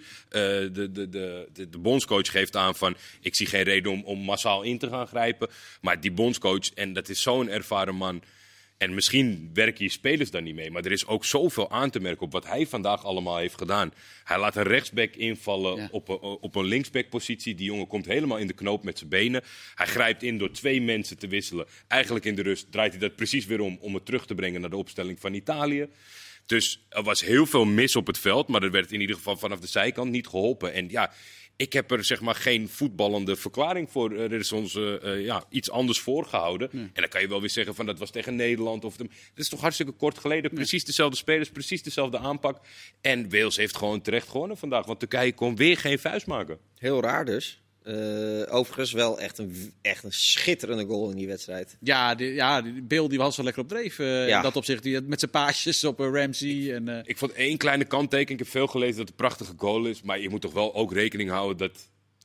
De bondscoach geeft aan van, ik zie geen reden om massaal in te gaan grijpen. Maar die bondscoach, en dat is zo'n ervaren man. En misschien werken je spelers daar niet mee. Maar er is ook zoveel aan te merken op wat hij vandaag allemaal heeft gedaan. Hij laat een rechtsback invallen op een linksbackpositie. Die jongen komt helemaal in de knoop met zijn benen. Hij grijpt in door 2 mensen te wisselen. Eigenlijk in de rust draait hij dat precies weer om het terug te brengen naar de opstelling van Italië. Dus er was heel veel mis op het veld. Maar er werd in ieder geval vanaf de zijkant niet geholpen. En ja, ik heb er zeg maar geen voetballende verklaring voor. Er is ons iets anders voorgehouden. En dan kan je wel weer zeggen van dat was tegen Nederland. Dat is toch hartstikke kort geleden. Precies dezelfde spelers, precies dezelfde aanpak. En Wales heeft gewoon terecht gewonnen vandaag. Want Turkije kon weer geen vuist maken. Heel raar dus. Overigens wel echt een schitterende goal in die wedstrijd. Ja, die Bill die was wel lekker op dreef. In dat opzicht, met zijn paasjes op Ramsey. En, Ik vond 1 kleine kanttekening. Ik heb veel gelezen dat het een prachtige goal is. Maar je moet toch wel ook rekening houden dat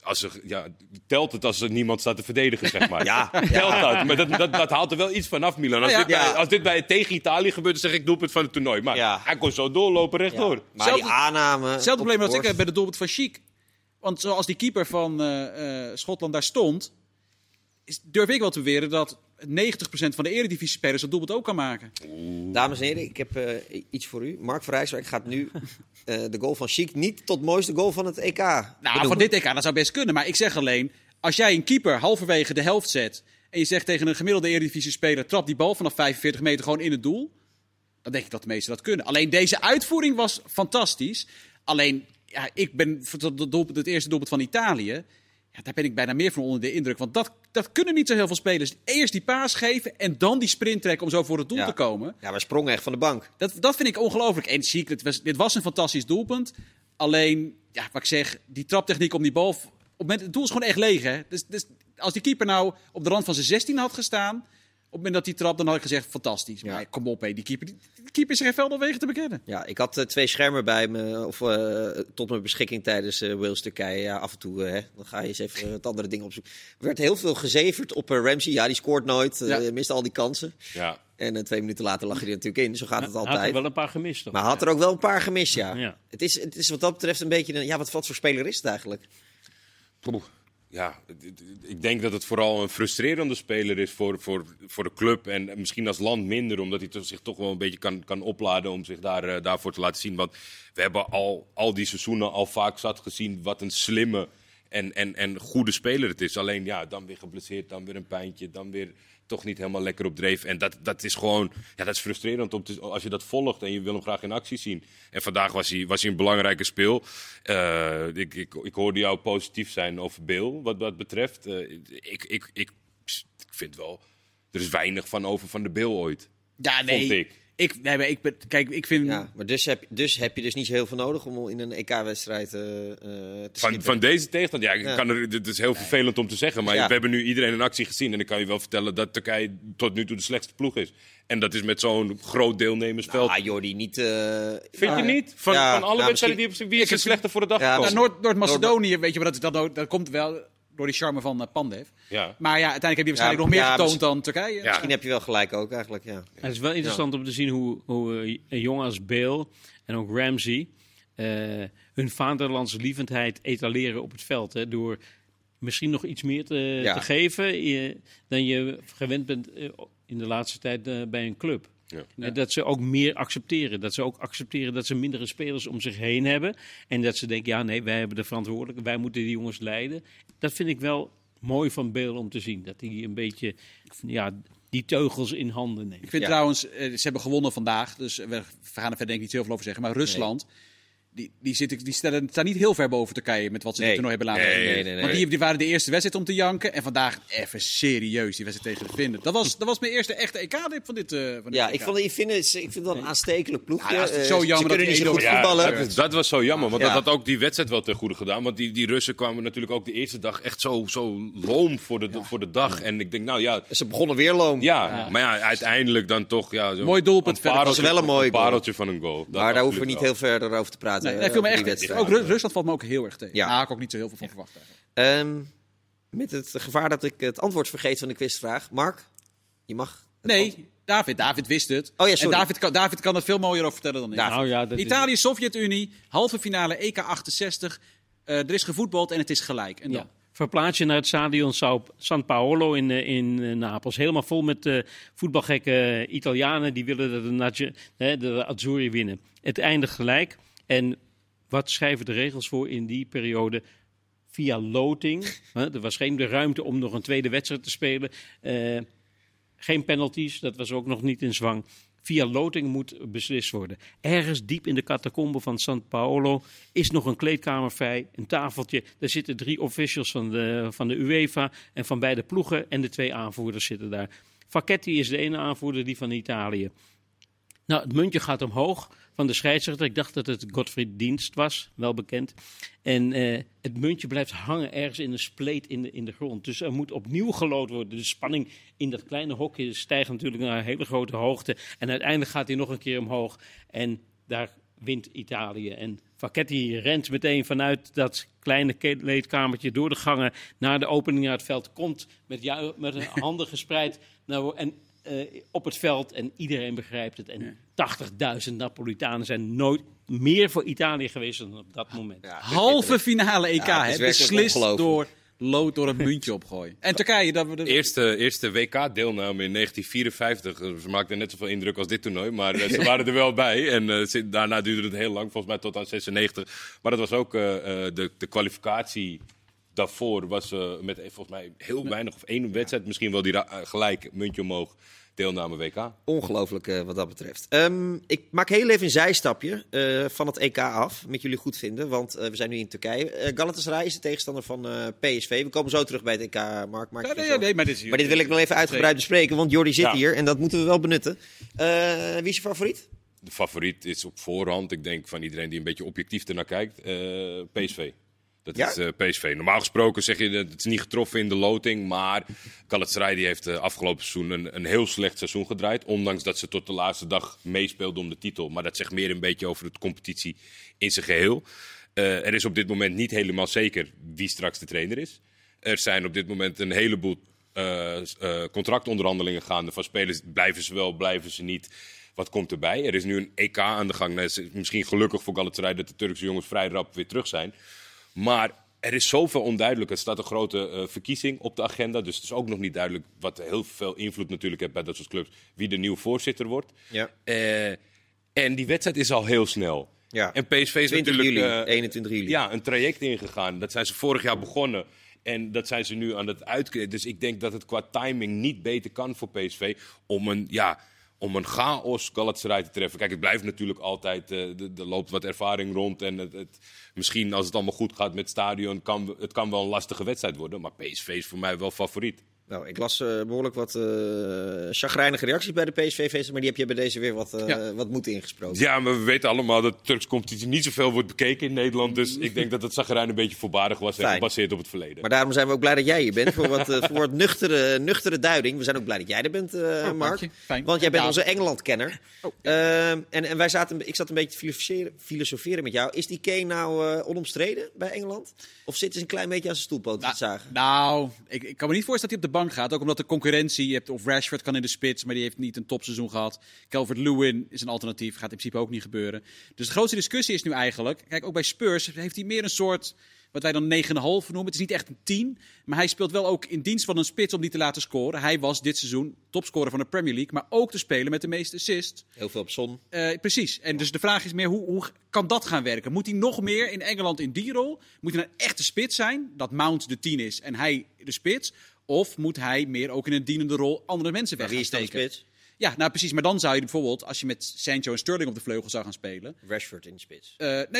telt het als er niemand staat te verdedigen, zeg maar. Ja, Telt dat. Maar dat haalt er wel iets vanaf, Milan. Als dit tegen Italië gebeurt, dan zeg ik doelpunt van het toernooi. Maar hij kon zo doorlopen rechtdoor. Maar die aanname... Hetzelfde probleem als ik heb bij de doelpunt van Chic. Want zoals die keeper van Schotland daar stond, durf ik wel te beweren dat 90% van de Eredivisie-spelers dat doelpunt ook kan maken. Dames en heren, ik heb iets voor u. Mark van Rijswijk gaat nu de goal van Chic niet tot mooiste goal van het EK benoemen. Van dit EK, dat zou best kunnen. Maar ik zeg alleen, als jij een keeper halverwege de helft zet en je zegt tegen een gemiddelde Eredivisie-speler, trap die bal vanaf 45 meter gewoon in het doel, dan denk ik dat de meesten dat kunnen. Alleen deze uitvoering was fantastisch. Alleen, ik ben het eerste doelpunt van Italië. Ja, daar ben ik bijna meer van onder de indruk. Want dat kunnen niet zo heel veel spelers. Eerst die paas geven en dan die sprint trekken om zo voor het doel te komen. Ja, we sprongen echt van de bank. Dat vind ik ongelooflijk. En Chic, dit was een fantastisch doelpunt. Alleen, wat ik zeg, die traptechniek om die bal... Het doel is gewoon echt leeg, hè. Dus als die keeper nou op de rand van zijn 16 had gestaan... Op het moment dat hij trapt, dan had ik gezegd, fantastisch. Maar kom op, die keeper is er geen veld wegen te bekennen. Ja, ik had 2 schermen bij me, tot mijn beschikking tijdens Wales-Turkije. Ja, af en toe, dan ga je eens even wat andere dingen opzoeken. Er werd heel veel gezeverd op Ramsey. Ja, die scoort nooit, mist al die kansen. Ja. En 2 minuten later lag hij er natuurlijk in. Zo gaat het altijd. Had er wel een paar gemist, toch? Maar had er ook wel een paar gemist, ja. Het is wat dat betreft een beetje... wat voor speler is het eigenlijk? Ja, ik denk dat het vooral een frustrerende speler is voor de club. En misschien als land minder, omdat hij zich toch wel een beetje kan opladen om zich daarvoor te laten zien. Want we hebben al die seizoenen al vaak zat gezien wat een slimme en goede speler het is. Alleen dan weer geblesseerd, dan weer een pijntje, dan weer toch niet helemaal lekker op dreef. En dat is gewoon, dat is frustrerend als je dat volgt en je wil hem graag in actie zien. En vandaag was hij een belangrijke speel. Ik hoorde jou positief zijn over Bale, wat dat betreft. Ik vind wel, er is weinig van over van de Bale ooit. Ja, nee. Vond ik. Ik vind... Ja, maar dus heb je niet zo heel veel nodig om in een EK-wedstrijd te van deze tegenstander, het is heel vervelend om te zeggen, maar we hebben nu iedereen in actie gezien. En ik kan je wel vertellen dat Turkije tot nu toe de slechtste ploeg is. En dat is met zo'n groot deelnemersveld. Ah, Jordi, niet... Vind je niet? Van alle wedstrijden, wie is er slechter voor de dag gekomen? Noord-Macedonië, weet je, maar dat komt wel... Door die charme van Pandev. Ja. Maar uiteindelijk heb je waarschijnlijk nog meer getoond dan Turkije. Ja. Misschien heb je wel gelijk ook eigenlijk, Het is wel interessant om te zien hoe een jongen als Bale en ook Ramsey hun vaderlandslievendheid etaleren op het veld. Hè, door misschien nog iets meer te geven dan je gewend bent in de laatste tijd bij een club. Ja. Dat ze ook meer accepteren. Dat ze ook accepteren dat ze mindere spelers om zich heen hebben. En dat ze denken, wij hebben de verantwoordelijkheid. Wij moeten die jongens leiden. Dat vind ik wel mooi van Bale om te zien. Dat hij een beetje die teugels in handen neemt. Ik vind trouwens, ze hebben gewonnen vandaag. Dus we gaan er verder denk ik niet heel veel over zeggen. Maar Rusland... Nee. Die staan niet heel ver boven Turkije met wat ze dit toernooi hebben laten doen. Nee. Want die waren de eerste wedstrijd om te janken. En vandaag even serieus die wedstrijd tegen de Finnen. Dat was mijn eerste echte EK-dip van dit EK. Ik vind dat een aanstekelijk ploegje. Ja, zo jammer ze kunnen niet zo goed voetballen. Dat was zo jammer. Want dat had ook die wedstrijd wel ten goede gedaan. Want die Russen kwamen natuurlijk ook de eerste dag echt zo loom voor de dag. En ik denk, ze begonnen weer loom. Ja, maar uiteindelijk dan toch... mooi doelpunt. Dat was wel een mooi pareltje van een goal. Maar daar hoeven we niet heel verder over te praten. Nee, viel me echt. Ook Rusland valt me ook heel erg tegen. Ja, ik ook niet zo heel veel van verwacht eigenlijk. Met het gevaar dat ik het antwoord vergeet van de quizvraag. Mark, je mag... David wist het. Oh ja, sorry. En David kan het veel mooier over vertellen dan ik. Italië, Sovjet-Unie, halve finale EK 68. Er is gevoetbald en het is gelijk. En dan? Verplaats je naar het stadion San Paolo in Napels. Helemaal vol met voetbalgekke Italianen. Die willen de Azzurri winnen. Het eindigt gelijk. En wat schrijven de regels voor in die periode? Via loting. Er was geen ruimte om nog een tweede wedstrijd te spelen. Geen penalties, dat was ook nog niet in zwang. Via loting moet beslist worden. Ergens diep in de catacombe van San Paolo is nog een kleedkamer vrij, een tafeltje. Daar zitten 3 officials van de UEFA en van beide ploegen. En de 2 aanvoerders zitten daar. Facchetti is de ene aanvoerder, die van Italië. Nou, het muntje gaat omhoog van de scheidsrechter. Ik dacht dat het Godfried Dienst was, wel bekend. En het muntje blijft hangen ergens in een spleet in de grond. Dus er moet opnieuw geloot worden. De spanning in dat kleine hokje stijgt natuurlijk naar een hele grote hoogte. En uiteindelijk gaat hij nog een keer omhoog. En daar wint Italië. En Facchetti rent meteen vanuit dat kleine kleedkamertje door de gangen naar de opening naar het veld. Komt met de handen gespreid op het veld en iedereen begrijpt het. En 80.000 Napolitanen zijn nooit meer voor Italië geweest dan op dat moment. Ja, Halve finale EK, Ja, het is beslist ongelooflijk. door een muntje opgooien. En Turkije, dat we Eerste WK-deelname in 1954. Ze maakten net zoveel indruk als dit toernooi, maar ze waren er wel bij. En daarna duurde het heel lang, volgens mij tot aan 96. Maar dat was ook de kwalificatie daarvoor was met volgens mij heel weinig of één wedstrijd. Misschien wel die gelijk muntje omhoog. Deelname WK. Ongelooflijk wat dat betreft. Ik maak heel even een zijstapje van het EK af, met jullie goed vinden, want we zijn nu in Turkije. Galatasaray is de tegenstander van PSV. We komen zo terug bij het EK, Mark. maar dit wil ik nog even uitgebreid bespreken, want Jordi zit hier en dat moeten we wel benutten. Wie is je favoriet? De favoriet is op voorhand, ik denk van iedereen die een beetje objectief ernaar kijkt, PSV. Dat is PSV. Normaal gesproken zeg je dat het is niet getroffen in de loting. Maar Galatasaray die heeft afgelopen seizoen een heel slecht seizoen gedraaid. Ondanks dat ze tot de laatste dag meespeelden om de titel. Maar dat zegt meer een beetje over de competitie in zijn geheel. Er is op dit moment niet helemaal zeker wie straks de trainer is. Er zijn op dit moment een heleboel contractonderhandelingen gaande. Van spelers blijven ze wel, blijven ze niet. Wat komt erbij? Er is nu een EK aan de gang. Misschien gelukkig voor Galatasaray dat de Turkse jongens vrij rap weer terug zijn. Maar er is zoveel onduidelijk. Er staat een grote verkiezing op de agenda. Dus het is ook nog niet duidelijk, wat heel veel invloed natuurlijk heeft bij dat soort clubs, wie de nieuwe voorzitter wordt. Ja. En die wedstrijd is al heel snel. Ja. En PSV is 20 natuurlijk juli, 21 juli. Ja, een traject ingegaan. Dat zijn ze vorig jaar begonnen. En dat zijn ze nu aan het uitkleden. Dus ik denk dat het qua timing niet beter kan voor PSV om een chaos Galatasaray te treffen. Kijk, het blijft natuurlijk altijd, er loopt wat ervaring rond. En misschien als het allemaal goed gaat met het stadion, het kan wel een lastige wedstrijd worden. Maar PSV is voor mij wel favoriet. Nou, ik las behoorlijk wat chagrijnige reacties bij de PSV-feesten, maar die heb je bij deze weer wat moed ingesproken. Ja, maar we weten allemaal dat de Turkse competitie niet zoveel wordt bekeken in Nederland. Dus ik denk dat het chagrijn een beetje voorbarig was en gebaseerd op het verleden. Maar daarom zijn we ook blij dat jij hier bent, voor wat nuchtere duiding. We zijn ook blij dat jij er bent, Mark. Fijn. Want jij bent onze Engeland-kenner. En ik zat een beetje te filosoferen met jou. Is die Kane nou onomstreden bij Engeland? Of zitten ze een klein beetje aan zijn stoelpoten te zagen? Nou, ik kan me niet voorstellen dat hij op de bank gaat. Ook omdat de concurrentie, je hebt of Rashford kan in de spits, maar die heeft niet een topseizoen gehad. Calvert-Lewin is een alternatief, gaat in principe ook niet gebeuren. Dus de grootste discussie is nu eigenlijk, kijk, ook bij Spurs heeft hij meer een soort, wat wij dan 9,5 noemen. Het is niet echt een 10, maar hij speelt wel ook in dienst van een spits om die te laten scoren. Hij was dit seizoen topscorer van de Premier League, maar ook de speler met de meeste assists. Heel veel op Son. Precies. En dus de vraag is meer, hoe kan dat gaan werken? Moet hij nog meer in Engeland in die rol? Moet hij een echte spits zijn, dat Mount de 10 is en hij de spits? Of moet hij meer ook in een dienende rol andere mensen weg gaan steken? Wie is dan de spits? Ja, nou precies. Maar dan zou je bijvoorbeeld, als je met Sancho en Sterling op de vleugel zou gaan spelen. Rashford in de spits.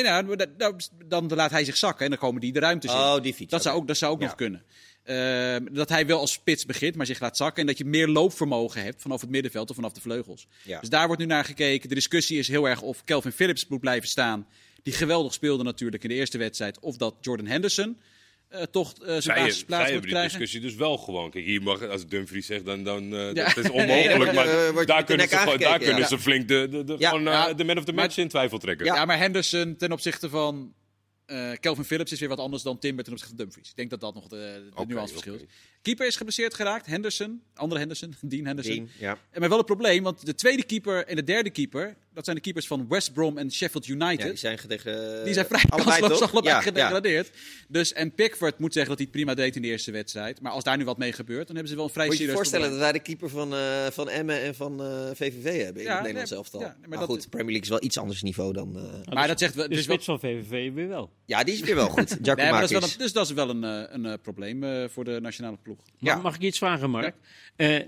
Dan laat hij zich zakken en dan komen die de ruimte in. Oh, die fiets. Dat zou ook nog kunnen. Dat hij wel als spits begint, maar zich laat zakken. En dat je meer loopvermogen hebt vanaf het middenveld of vanaf de vleugels. Ja. Dus daar wordt nu naar gekeken. De discussie is heel erg of Calvin Phillips moet blijven staan. Die geweldig speelde natuurlijk in de eerste wedstrijd. Of dat Jordan Henderson toch zijn basisplaats moet krijgen. Die discussie dus wel gewoon. Kijk, hier mag, als Dumfries zegt, dan dat is onmogelijk. Maar daar kunnen ze flink de man of the match in twijfel trekken. Ja, maar Henderson ten opzichte van Calvin Phillips is weer wat anders dan Timber ten opzichte van Dumfries. Ik denk dat dat nog de nuanceverschil is. Keeper is geblesseerd geraakt, Henderson. Andere Henderson, Dean Henderson. Maar wel een probleem, want de tweede keeper en de derde keeper, dat zijn de keepers van West Brom en Sheffield United. Ja, die zijn vrij kansloos allebei gedegradeerd. Ja. Dus, en Pickford moet zeggen dat hij het prima deed in de eerste wedstrijd. Maar als daar nu wat mee gebeurt, dan hebben ze wel een vrij serieus probleem. Moet je je voorstellen dat wij de keeper van Emmen en van VVV hebben in het Nederlands elftal. Ja, maar goed, Premier League is wel iets anders niveau dan... maar dat zegt de spits van VVV weer wel. Ja, die is weer wel goed. Dus dat is wel een probleem voor de nationale ploeg. Mag ik iets vragen, Mark? Ja.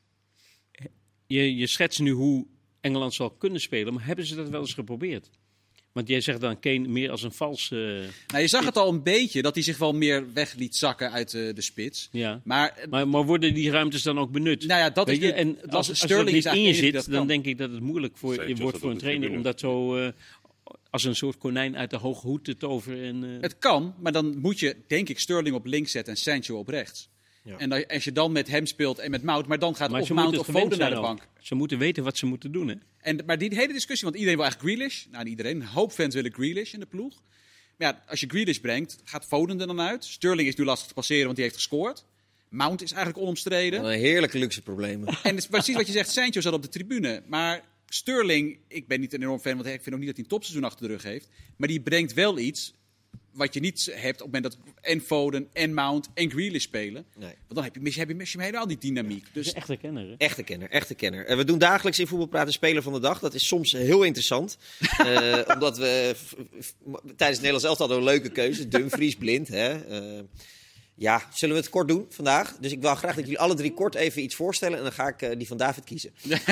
Je schetst nu hoe Engeland zal kunnen spelen, maar hebben ze dat wel eens geprobeerd? Want jij zegt dan Kane meer als een valse... je zag het al een beetje, dat hij zich wel meer weg liet zakken uit de spits. Ja. Maar worden die ruimtes dan ook benut? Nou ja, dat is en als Sterling niet in je zit, dan denk ik dat het moeilijk wordt voor een trainer om dat zo... als een soort konijn uit de hoge hoed te toveren. Het kan, maar dan moet je, denk ik, Sterling op links zetten en Sancho op rechts. Ja. En als je dan met hem speelt en met Mount, maar dan gaat Maar of ze Mount moeten of gewend Foden naar zijn de ook. bank. Ze moeten weten wat ze moeten doen, hè? Maar die hele discussie, want iedereen wil eigenlijk Grealish. Nou, niet iedereen. Een hoop fans willen Grealish in de ploeg. Maar ja, als je Grealish brengt, gaat Foden er dan uit. Sterling is nu lastig te passeren, want die heeft gescoord. Mount is eigenlijk onomstreden. Een heerlijke luxe problemen. En het is precies wat je zegt, Sancho zat op de tribune. Maar Sterling, ik ben niet een enorm fan, want ik vind ook niet dat hij een topseizoen achter de rug heeft. Maar die brengt wel iets wat je niet hebt op het moment dat en Foden en Mount en Grealish spelen. Nee. Want dan mis je helemaal die dynamiek. Dat Dus is echt een kenner, hè? Echte kenner. We doen dagelijks in Voetbal Praten Speler van de Dag. Dat is soms heel interessant. Omdat we tijdens het Nederlands elftal hadden we een leuke keuze. Dumfries, Blind. Hè? Ja, zullen we het kort doen vandaag? Dus ik wil graag dat jullie alle 3 kort even iets voorstellen. En dan ga ik die van David kiezen.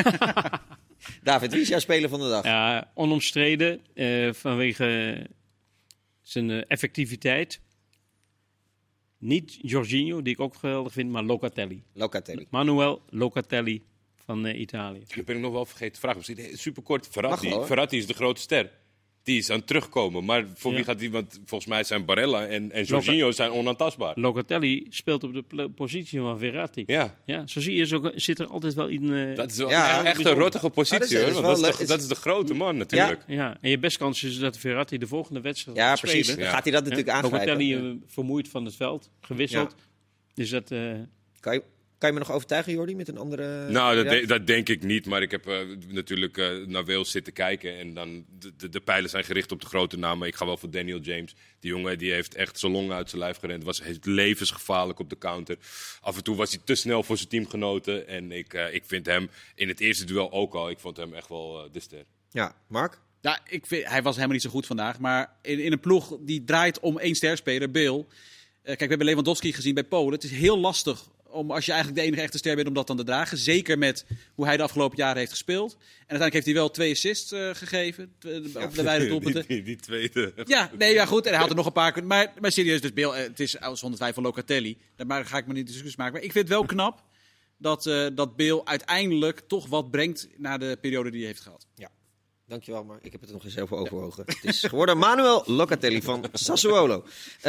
David, wie is jouw Speler van de Dag? Ja, onomstreden vanwege zijn effectiviteit. Niet Jorginho, die ik ook geweldig vind, maar Locatelli. Locatelli. Manuel Locatelli van Italië. Ik ben ik nog wel vergeten te vragen. Misschien superkort. Mag wel, hoor. Verratti is de grote ster. Die is aan het terugkomen. Maar voor Ja. wie gaat die? Want volgens mij zijn Barella en Jorginho zijn onaantastbaar. Locatelli speelt op de positie van Verratti. Ja, Ja, zo zie je, zit er altijd wel in. dat is wel Ja, echt een rottige positie, dat is hoor. wel Want leuk. dat is de grote man natuurlijk. Ja, en je best kans is dat Verratti de volgende wedstrijd Ja, gaat precies. spelen. Dan gaat hij dat natuurlijk aangrijpen. Locatelli vermoeid van het veld, gewisseld. Dus dat... Kan je me nog overtuigen, Jordi, met een andere... Nou, Ja? dat denk ik niet. Maar ik heb natuurlijk naar Wales zitten kijken. En dan de pijlen zijn gericht op de grote namen. Ik ga wel voor Daniel James. Die jongen die heeft echt zijn longen uit zijn lijf gerend. Was levensgevaarlijk op de counter. Af en toe was hij te snel voor zijn teamgenoten. En ik vind hem in het eerste duel ook al. Ik vond hem echt wel de ster. Ja, Mark? ja, hij was helemaal niet zo goed vandaag. Maar in een ploeg die draait om 1 sterspeler, Bale. Kijk, we hebben Lewandowski gezien bij Polen. Het is heel lastig als je eigenlijk de enige echte ster bent om dat dan te dragen. Zeker met hoe hij de afgelopen jaren heeft gespeeld. En uiteindelijk heeft hij wel 2 assists gegeven. Op de beide doelpunten. Die tweede. Ja, nee, ja, goed. En hij had er nog een paar. Maar serieus, dus Bale, het is zonder twijfel Locatelli. Daar ga ik me niet discussies maken. Maar ik vind het wel knap dat Bale uiteindelijk toch wat brengt na de periode die hij heeft gehad. Ja. Dankjewel, maar ik heb het er nog eens over overwogen. Het is geworden Manuel Locatelli van Sassuolo.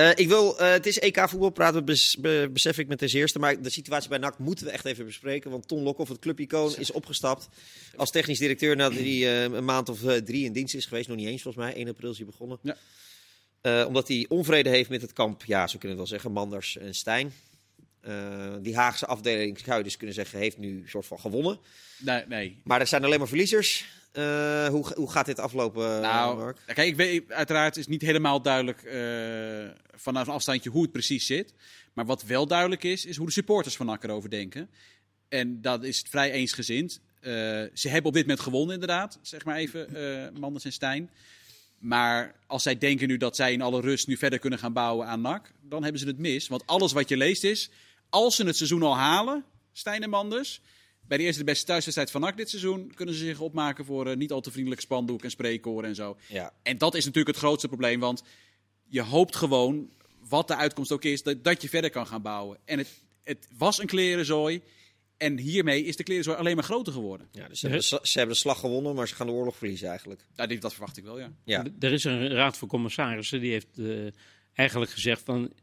Het is EK voetbal praten, besef ik met ten eerste. Maar de situatie bij NAC moeten we echt even bespreken. Want Ton Lokhoff, het clubicoon, is opgestapt als technisch directeur nadat hij een maand of 3 in dienst is geweest. Nog niet eens volgens mij, 1 april is hij begonnen. Ja. Omdat hij onvrede heeft met het kamp, ja, zo kunnen we het wel zeggen, Manders en Stijn. Die Haagse afdeling, zou je dus kunnen zeggen, heeft nu een soort van gewonnen. Nee. Maar er zijn alleen maar verliezers. Hoe gaat dit aflopen, Mark? Kijk, ik weet, uiteraard is niet helemaal duidelijk vanaf een afstandje hoe het precies zit. Maar wat wel duidelijk is hoe de supporters van NAC erover denken. En dat is vrij eensgezind. Ze hebben op dit moment gewonnen, inderdaad. Zeg maar even, Manders en Stijn. Maar als zij denken nu dat zij in alle rust nu verder kunnen gaan bouwen aan NAC, dan hebben ze het mis. Want alles wat je leest is, als ze het seizoen al halen, Stijn en Manders, bij de eerste de beste thuiswedstrijd van NAC dit seizoen, kunnen ze zich opmaken voor niet al te vriendelijke spandoek en spreekkoren en zo. Ja. En dat is natuurlijk het grootste probleem, want je hoopt gewoon, wat de uitkomst ook is, dat je verder kan gaan bouwen. En het was een klerenzooi. En hiermee is de klerenzooi alleen maar groter geworden. Ja, dus ze hebben de slag gewonnen, maar ze gaan de oorlog verliezen eigenlijk. Nou, dat verwacht ik wel, ja. Ja. Er is een raad van commissarissen die heeft eigenlijk gezegd van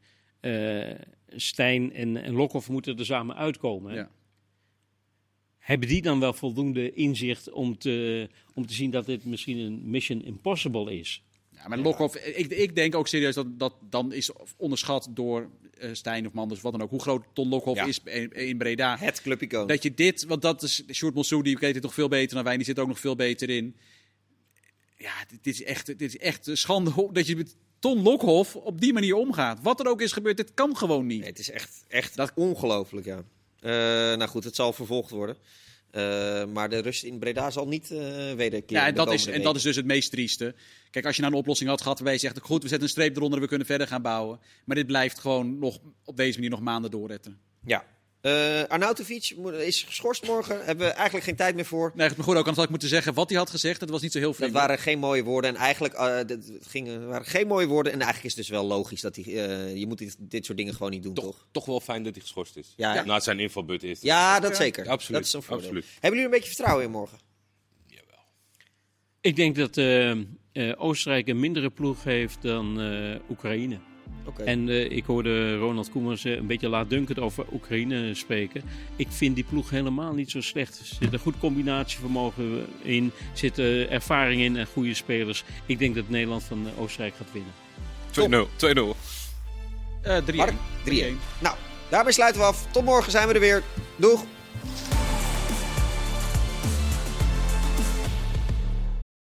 Stijn en Lokhoff moeten er samen uitkomen. Hè? Ja. Hebben die dan wel voldoende inzicht om te zien dat dit misschien een mission impossible is? Ja, maar Lokhoff, ik denk ook serieus dat dan is onderschat door Stijn of Manders, wat dan ook, hoe groot Ton Lokhoff is in Breda. Het clubicoon. Dat je dit, want dat is Sjoerd Monsoudi, die weet het toch veel beter dan wij, die zit ook nog veel beter in. Ja, dit is echt een schande dat je met Ton Lokhoff op die manier omgaat. Wat er ook is gebeurd, dit kan gewoon niet. Nee, het is echt ongelooflijk, ja. Nou goed, het zal vervolgd worden. Maar de rust in Breda zal niet wederkeren. Ja, en dat is dus het meest trieste. Kijk, als je nou een oplossing had gehad waarbij je zegt, goed, we zetten een streep eronder, we kunnen verder gaan bouwen. Maar dit blijft gewoon nog op deze manier nog maanden doorretten. Ja. Arnautovic is geschorst morgen. Hebben we eigenlijk geen tijd meer voor. Nee, maar goed, ook anders had ik moeten zeggen wat hij had gezegd. Dat was niet zo heel Dat vriendelijk. waren geen mooie woorden. En eigenlijk waren geen mooie woorden. En eigenlijk is het dus wel logisch dat je moet dit soort dingen gewoon niet doen, toch? Toch wel fijn dat hij geschorst is. Ja. Na zijn invalbeurt is. Ja, dat zeker. Absoluut. Dat is een voordeel. Absoluut. Hebben jullie een beetje vertrouwen in morgen? Jawel. Ik denk dat Oostenrijk een mindere ploeg heeft dan Oekraïne. Oké. En ik hoorde Ronald Koemans een beetje laatdunkend over Oekraïne spreken. Ik vind die ploeg helemaal niet zo slecht. Er zit een goed combinatievermogen in, er zit ervaring in en goede spelers. Ik denk dat Nederland van Oostenrijk gaat winnen. 2-0. 3-1. Mark, 3-1. Nou, daarmee sluiten we af. Tot morgen zijn we er weer. Doeg!